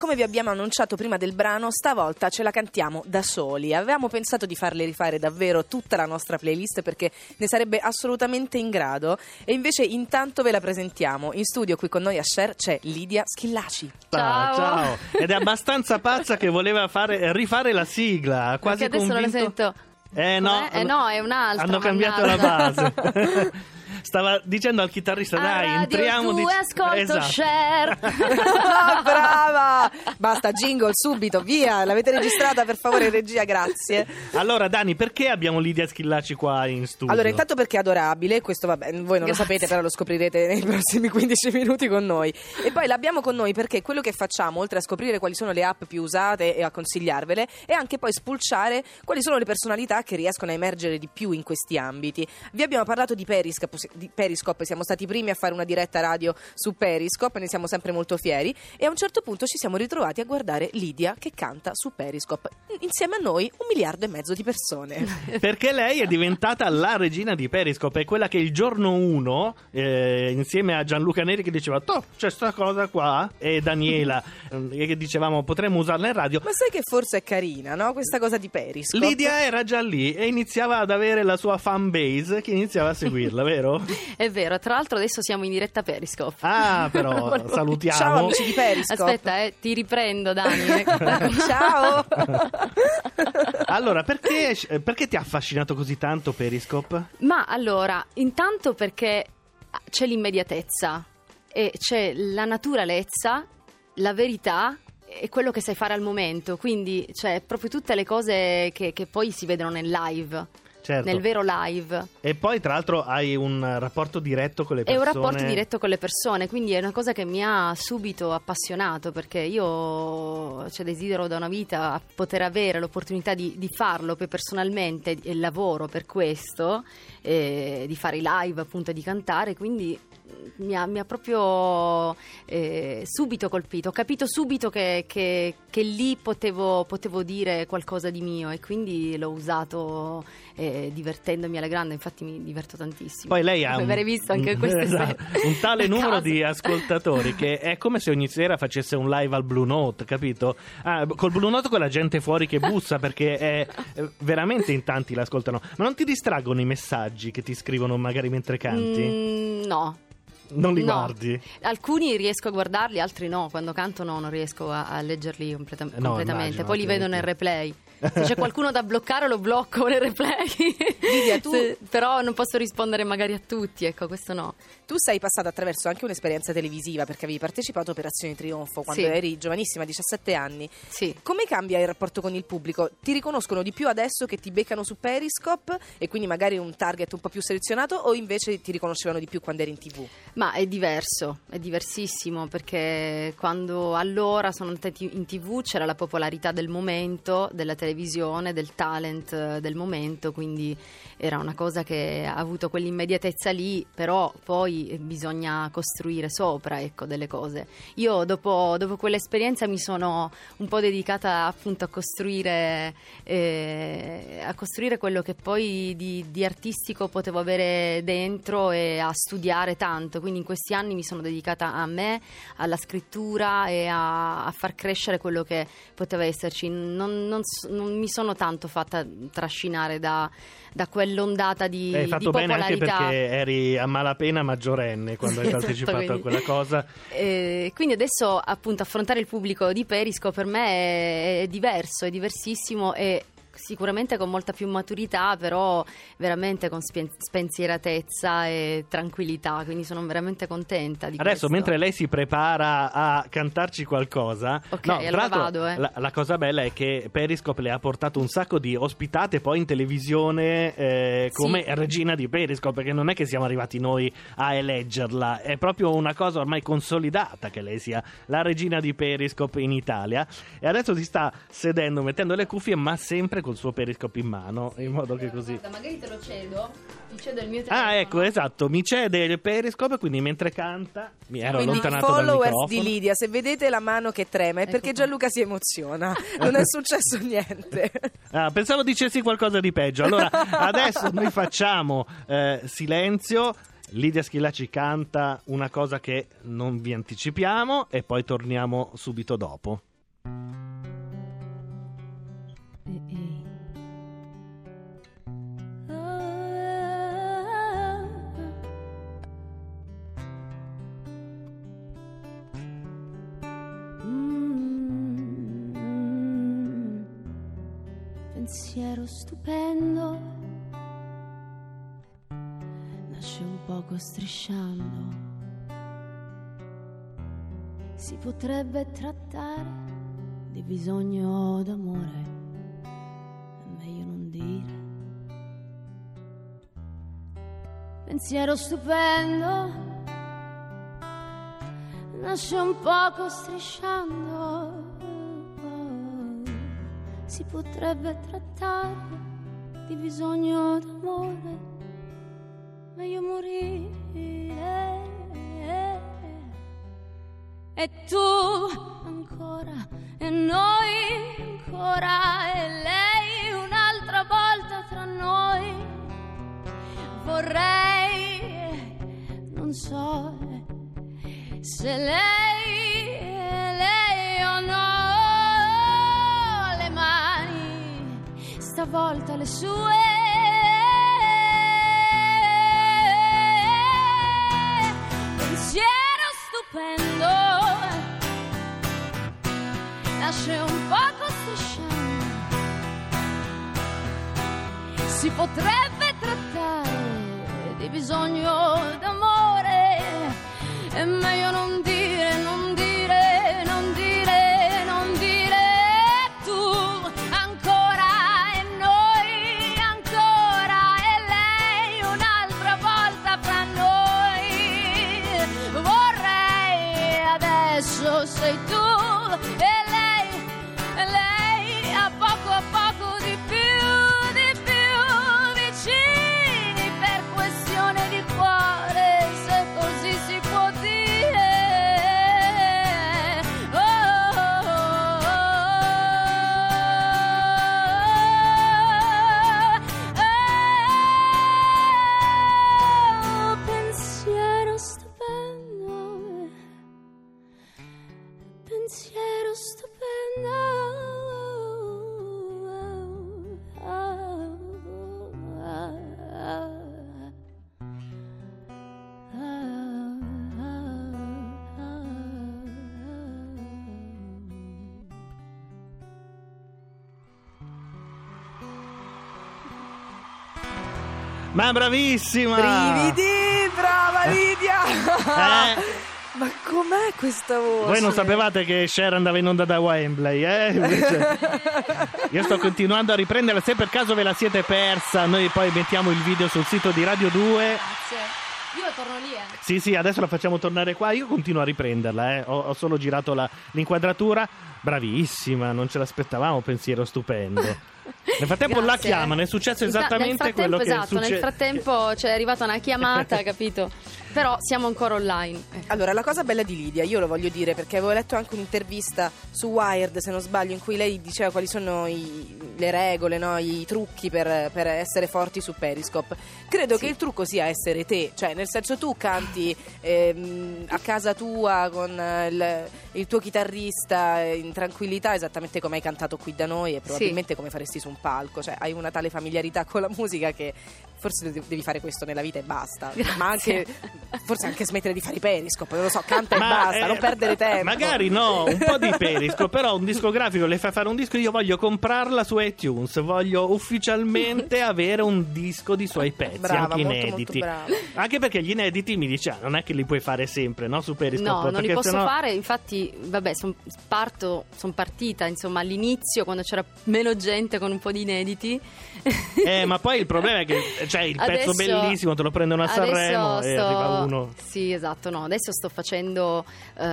Come vi abbiamo annunciato prima del brano, stavolta ce la cantiamo da soli. Avevamo pensato di farle rifare davvero tutta la nostra playlist perché ne sarebbe assolutamente in grado, e invece intanto ve la presentiamo. In studio qui con noi a Share c'è Lidia Schillaci. Ciao. Ed è abbastanza pazza che voleva rifare la sigla, quasi perché adesso convinto... non la sento. No, è un'altra. Hanno cambiato la base. Stava dicendo al chitarrista, dai, entriamo di... ascolto, esatto. Share. Brava! Basta, jingle subito, via. L'avete registrata, per favore, regia, grazie. Allora, Dani, perché abbiamo Lidia Schillaci qua in studio? Allora, intanto perché è adorabile, questo vabbè, voi non lo sapete, però lo scoprirete nei prossimi 15 minuti con noi. E poi l'abbiamo con noi perché quello che facciamo, oltre a scoprire quali sono le app più usate e a consigliarvele, è anche poi spulciare quali sono le personalità che riescono a emergere di più in questi ambiti. Vi abbiamo parlato di Periscope, siamo stati i primi a fare una diretta radio su Periscope, ne siamo sempre molto fieri, e a un certo punto ci siamo ritrovati a guardare Lidia che canta su Periscope insieme a noi 1,5 miliardi di persone. Perché lei è diventata la regina di Periscope, è quella che il giorno 1 insieme a Gianluca Neri che diceva c'è sta cosa qua, e Daniela che dicevamo potremmo usarla in radio. Ma sai che forse è carina, no? Questa cosa di Periscope. Lidia era già lì e iniziava ad avere la sua fan base che iniziava a seguirla, vero? È vero, tra l'altro adesso siamo in diretta Periscope. Ah, però salutiamo. Ciao amici di Periscope. Aspetta, ti riprendo, Dani. Ciao. Allora, perché ti ha affascinato così tanto Periscope? Ma allora, intanto perché c'è l'immediatezza e c'è la naturalezza, la verità e quello che sai fare al momento. Quindi c'è proprio tutte le cose che poi si vedono nel live. Certo. Nel vero live. E poi tra l'altro hai un rapporto diretto con le persone. È un rapporto diretto con le persone, quindi è una cosa che mi ha subito appassionato, perché io desidero da una vita poter avere l'opportunità di farlo poi personalmente, e lavoro per questo, di fare i live, appunto, di cantare, quindi mi ha proprio subito colpito. Ho capito subito che lì potevo dire qualcosa di mio, e quindi l'ho usato divertendomi alla grande. Infatti mi diverto tantissimo. Poi lei ha visto anche un tale numero di ascoltatori che è come se ogni sera facesse un live al Blue Note, capito? Col Blue Note con la gente fuori che bussa, perché è veramente in tanti l'ascoltano. Ma non ti distraggono i messaggi che ti scrivono magari mentre canti? No. Non li guardi? Alcuni riesco a guardarli, altri no. Quando canto non riesco a leggerli completamente. Immagino, poi li vedo nel replay. Se c'è qualcuno da bloccare lo blocco nel replay. Lidia, tu... però non posso rispondere magari a tutti, ecco, questo no. Tu sei passata attraverso anche un'esperienza televisiva, perché avevi partecipato a Operazione Trionfo quando eri giovanissima, 17 anni. Sì. Come cambia il rapporto con il pubblico? Ti riconoscono di più adesso che ti beccano su Periscope e quindi magari un target un po' più selezionato, o invece ti riconoscevano di più quando eri in TV? Ma è diverso, è diversissimo, perché quando allora sono andata in TV c'era la popolarità del momento, della televisione, del talent del momento, quindi era una cosa che ha avuto quell'immediatezza lì, però poi bisogna costruire sopra, ecco, delle cose. Io dopo quell'esperienza mi sono un po' dedicata appunto a costruire quello che poi di artistico potevo avere dentro, e a studiare tanto. Quindi in questi anni mi sono dedicata a me, alla scrittura e a far crescere quello che poteva esserci. Non mi sono tanto fatta trascinare da quell'ondata di popolarità. Hai fatto bene, anche perché eri a malapena maggiorenne quando hai partecipato a quella cosa. Quindi adesso appunto affrontare il pubblico di Periscope per me è diverso, è diversissimo, e sicuramente con molta più maturità, però veramente con spensieratezza e tranquillità, quindi sono veramente contenta di adesso questo. Mentre lei si prepara a cantarci qualcosa, allora vado, la cosa bella è che Periscope le ha portato un sacco di ospitate poi in televisione come regina di Periscope, perché non è che siamo arrivati noi a eleggerla, è proprio una cosa ormai consolidata che lei sia la regina di Periscope in Italia, e adesso si sta sedendo, mettendo le cuffie, ma sempre col suo Periscope in mano, in modo che così... Guarda, magari te lo cedo, ti cedo il mio telefono. Ah, ecco, esatto, mi cede il Periscope, quindi mentre canta mi ero quindi allontanato dal followers microfono. di Lidia, se vedete la mano che trema è perché Gianluca si emoziona, non è successo niente. Pensavo dicessi qualcosa di peggio. Allora, adesso noi facciamo silenzio. Lidia Schillaci canta una cosa che non vi anticipiamo e poi torniamo subito dopo. pensiero stupendo, nasce un poco strisciando. Si potrebbe trattare di bisogno d'amore, è meglio non dire. Pensiero stupendo, nasce un poco strisciando. Si potrebbe trattare di bisogno d'amore, meglio morire. E tu ancora, e noi ancora, e lei un'altra volta tra noi. Vorrei, non so se lei o no, le mani, stavolta le sue. Pensiero stupendo, nasce un poco strisciando. Si potrebbe trattare di bisogno d'amore, è meglio non dire, non dire, non dire, non dire. Tu ancora e noi ancora, e lei un'altra volta fra noi. Vorrei adesso sei tu e lei a poco di più vicini per questione di cuore, se così si può dire. Pensiero stupendo, pensiero stupendo. Ma bravissima! Brividi, brava Lidia! Ma com'è questa voce? Voi non sapevate che Cher andava in onda da Wembley, Invece io sto continuando a riprenderla. Se per caso ve la siete persa, noi poi mettiamo il video sul sito di Radio 2. Grazie. Io torno lì, Sì, adesso la facciamo tornare qua. Io continuo a riprenderla, Ho solo girato l'inquadratura. Bravissima, non ce l'aspettavamo, pensiero stupendo. Nel frattempo la chiamano, è successo esattamente quello che esatto, succede. Nel frattempo c'è arrivata una chiamata, capito? Però siamo ancora online. Allora, la cosa bella di Lidia, io lo voglio dire perché avevo letto anche un'intervista su Wired, se non sbaglio, in cui lei diceva quali sono le regole, no? I trucchi per essere forti su Periscope. Credo che il trucco sia essere te, cioè nel senso tu canti a casa tua con il tuo chitarrista in tranquillità, esattamente come hai cantato qui da noi e probabilmente come faresti su un palco, cioè hai una tale familiarità con la musica che forse devi fare questo nella vita e basta. Grazie. Ma anche forse anche smettere di fare i Periscope, non lo so, canta e basta, non perdere tempo. Magari no, un po' di Periscope, però un discografico le fa fare un disco, io voglio comprarla su iTunes, voglio ufficialmente avere un disco di suoi pezzi, brava, anche molto, inediti. molto brava. Anche perché gli inediti mi dice, non è che li puoi fare sempre, no, su Periscope. No, non li perché posso sennò... fare, infatti, vabbè, sono partita, insomma, all'inizio quando c'era meno gente con un po' di inediti. Ma poi il problema è che cioè, il pezzo bellissimo te lo prendono a Sanremo e arriva uno. Sì, esatto, no, adesso sto facendo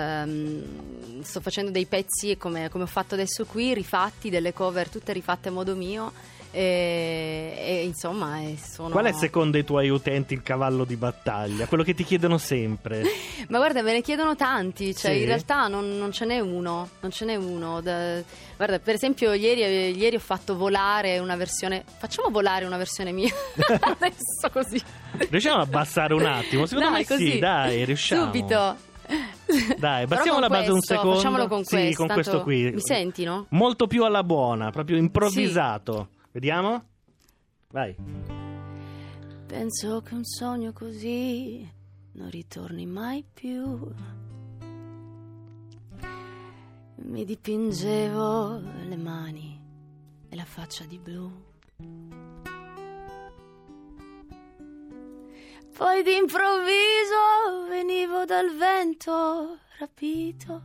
dei pezzi come ho fatto adesso qui, rifatti, delle cover tutte rifatte a modo mio. E insomma sono... Qual è secondo i tuoi utenti il cavallo di battaglia? Quello che ti chiedono sempre? Ma guarda, me ne chiedono tanti, cioè Sì? in realtà non ce n'è uno, guarda, per esempio ieri ho fatto volare una versione, facciamo volare una versione mia adesso così. Riusciamo a abbassare un attimo? Secondo me così. Sì, dai, riusciamo. Subito. Dai, passiamo la base un secondo. Facciamolo con sì, questo. con questo qui. Mi senti, no? Molto più alla buona, proprio improvvisato. Vediamo? Vai. Penso che un sogno così non ritorni mai più. Mi dipingevo le mani e la faccia di blu. Poi d'improvviso venivo dal vento rapito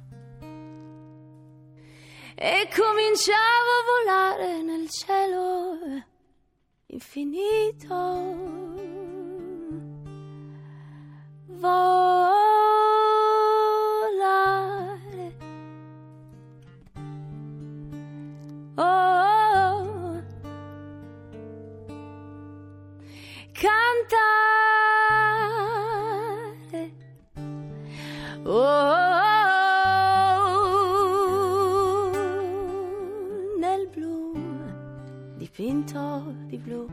e cominciavo a volare nel cielo infinito. Volare, oh, cantare, oh, nel blu, dipinto di blu,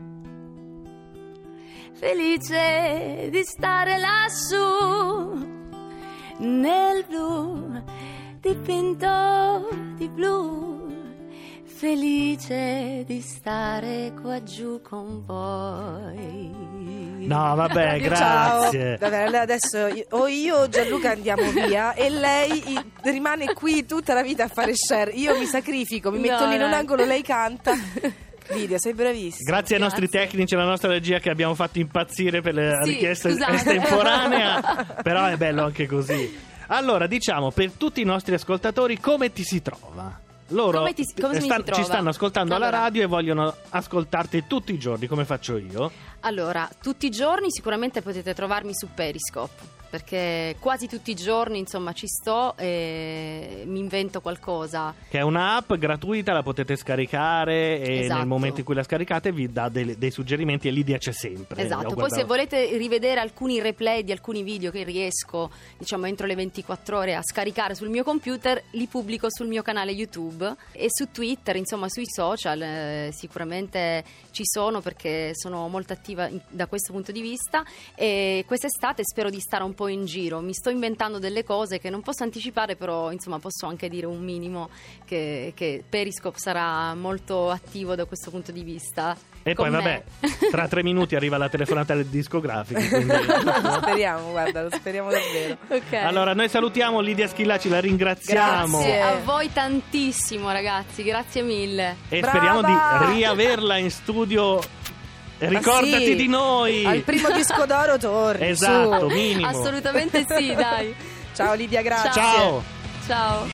felice di stare lassù, nel blu, dipinto di blu, felice di stare qua giù con voi. No, vabbè, grazie. Ciao. Vabbè, adesso io o Gianluca andiamo via e lei rimane qui tutta la vita a fare share. Io mi sacrifico, mi metto lì in un angolo, lei canta. Lidia, sei bravissima. Grazie ai nostri tecnici e alla nostra regia che abbiamo fatto impazzire per la richiesta estemporanea. Però è bello anche così. Allora, diciamo, per tutti i nostri ascoltatori, come ti si trova? Loro come si trova? Ci stanno ascoltando alla Allora, radio e vogliono ascoltarti tutti i giorni, come faccio io. Allora, tutti i giorni sicuramente potete trovarmi su Periscope, perché quasi tutti i giorni, insomma, ci sto e mi invento qualcosa. Che è un'app gratuita, la potete scaricare e Esatto. nel momento in cui la scaricate vi dà dei suggerimenti e Lidia c'è sempre. Esatto, poi se volete rivedere alcuni replay di alcuni video che riesco, diciamo, entro le 24 ore a scaricare sul mio computer, li pubblico sul mio canale YouTube e su Twitter, insomma, sui social sicuramente ci sono, perché sono molto attiva da questo punto di vista, e quest'estate spero di stare un po' in giro. Mi sto inventando delle cose che non posso anticipare, però insomma posso anche dire un minimo che Periscope sarà molto attivo da questo punto di vista. E poi vabbè, tra 3 minuti arriva la telefonata del discografico, quindi... Speriamo, guarda, lo speriamo davvero. Okay. Allora, noi salutiamo Lidia Schillaci, la ringraziamo. Grazie. A voi tantissimo, ragazzi, grazie mille. E Brava! speriamo di riaverla in studio. Ricordati sì, di noi. Al primo disco d'oro torni. Esatto, su. minimo. Assolutamente sì, dai. Ciao Lidia, grazie. Ciao. Ciao.